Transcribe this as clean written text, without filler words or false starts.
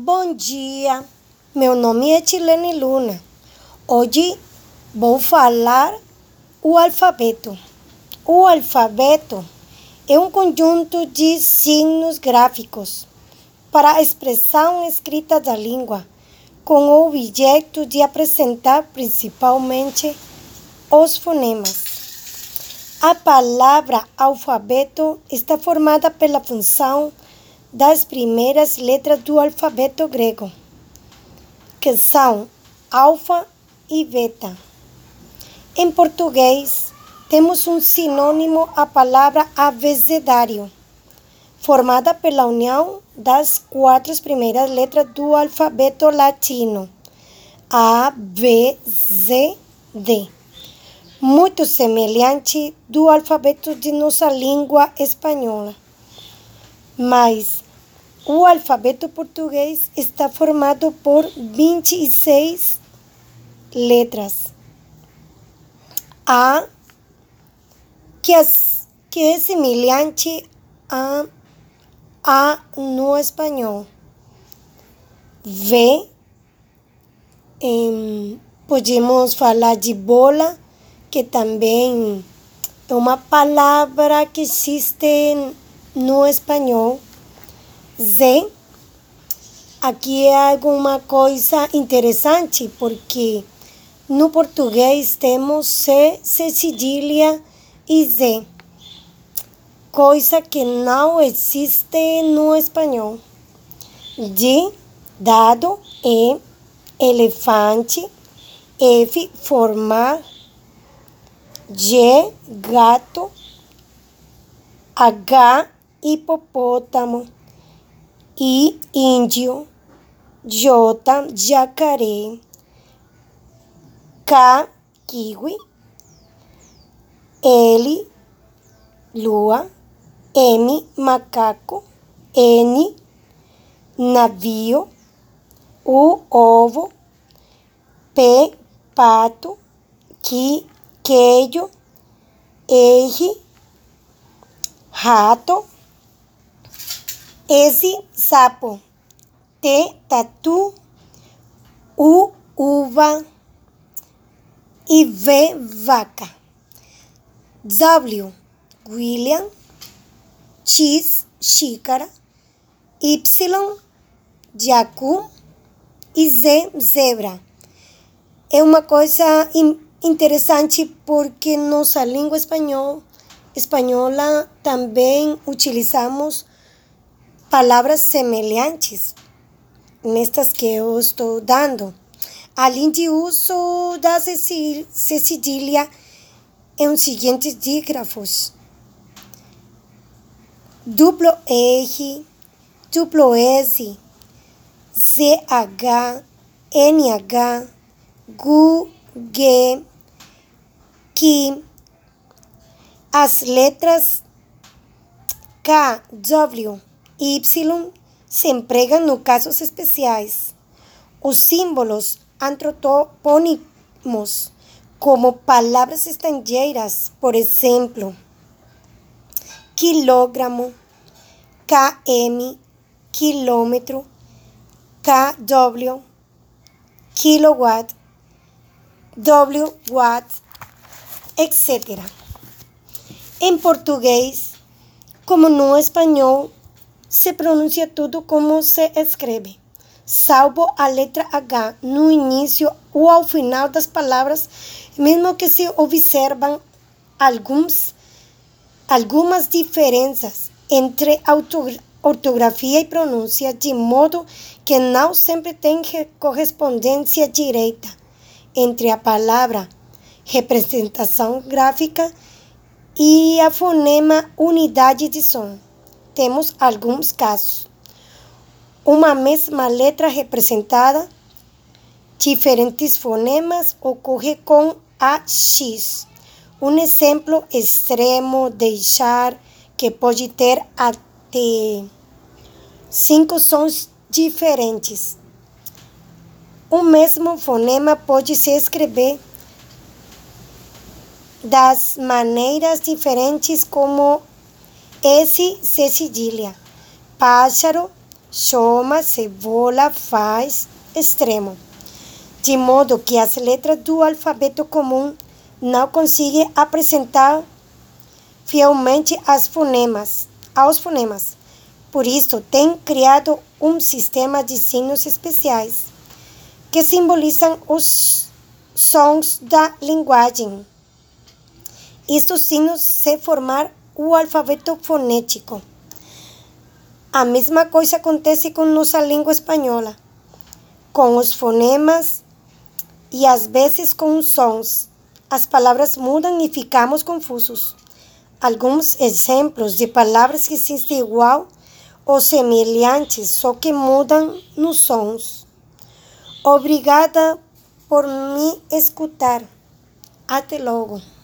Bom dia, meu nome é Chilene Luna. Hoje vou falar o alfabeto. O alfabeto é um conjunto de signos gráficos para a expressão escrita da língua, com o objeto de apresentar principalmente os fonemas. A palavra alfabeto está formada pela função das primeiras letras do alfabeto grego, que são alfa e beta. Em português, temos um sinônimo à palavra abecedário, formada pela união das 4 primeiras letras do alfabeto latino, A, B, C, D, muito semelhante do alfabeto de nossa língua espanhola. Mas o alfabeto português está formado por 26 letras. A, que é semelhante a no espanhol. V, podemos falar de bola, que também é uma palavra que existe no espanhol. Z, aqui é alguma coisa interessante, porque no português temos C, C cedilha e Z, coisa que não existe no espanhol. D, dado, E, elefante, F, formar, G, gato, H, hipopótamo, I, índio, J, jacaré, K, kiwi, L, lua, M, macaco, N, navio, U, ovo, P, pato, Q, queijo, R, rato, S, sapo, T, tatu, U, uva e V, vaca. W, William, X, xícara, Y, jacu e Z, zebra. É uma coisa interessante porque nossa língua espanhola também utilizamos palavras semelhantes nestas que eu estou dando. Além de uso da cedilha em os seguintes dígrafos: duplo R, duplo S, ZH, NH, GU, G, Q. As letras K, W e Y se empregam no casos especiais. Os símbolos antropônimos, como palavras estrangeiras, por exemplo, quilogramo, km, quilômetro, kW, kilowatt, watt, etc. Em português, como no espanhol, se pronuncia tudo como se escreve, salvo a letra H no início ou ao final das palavras, mesmo que se observam algumas diferenças entre ortografia e pronúncia, de modo que não sempre tem correspondência direta entre a palavra representação gráfica e a fonema unidade de som. Temos alguns casos. Uma mesma letra representada, diferentes fonemas, ocorre com a X. Um exemplo extremo deixar que pode ter até 5 sons diferentes. O mesmo fonema pode se escrever das maneiras diferentes, como S, C cedilha, pássaro, chama, cebola, faz, extremo. De modo que as letras do alfabeto comum não conseguem apresentar fielmente aos fonemas. Por isso, tem criado um sistema de signos especiais que simbolizam os sons da linguagem. Estes signos se formar o alfabeto fonético. A mesma coisa acontece com nossa língua espanhola, com os fonemas e às vezes com os sons. As palavras mudam e ficamos confusos. Alguns exemplos de palavras que existem igual ou semelhantes, só que mudam nos sons. Obrigada por me escutar. Até logo.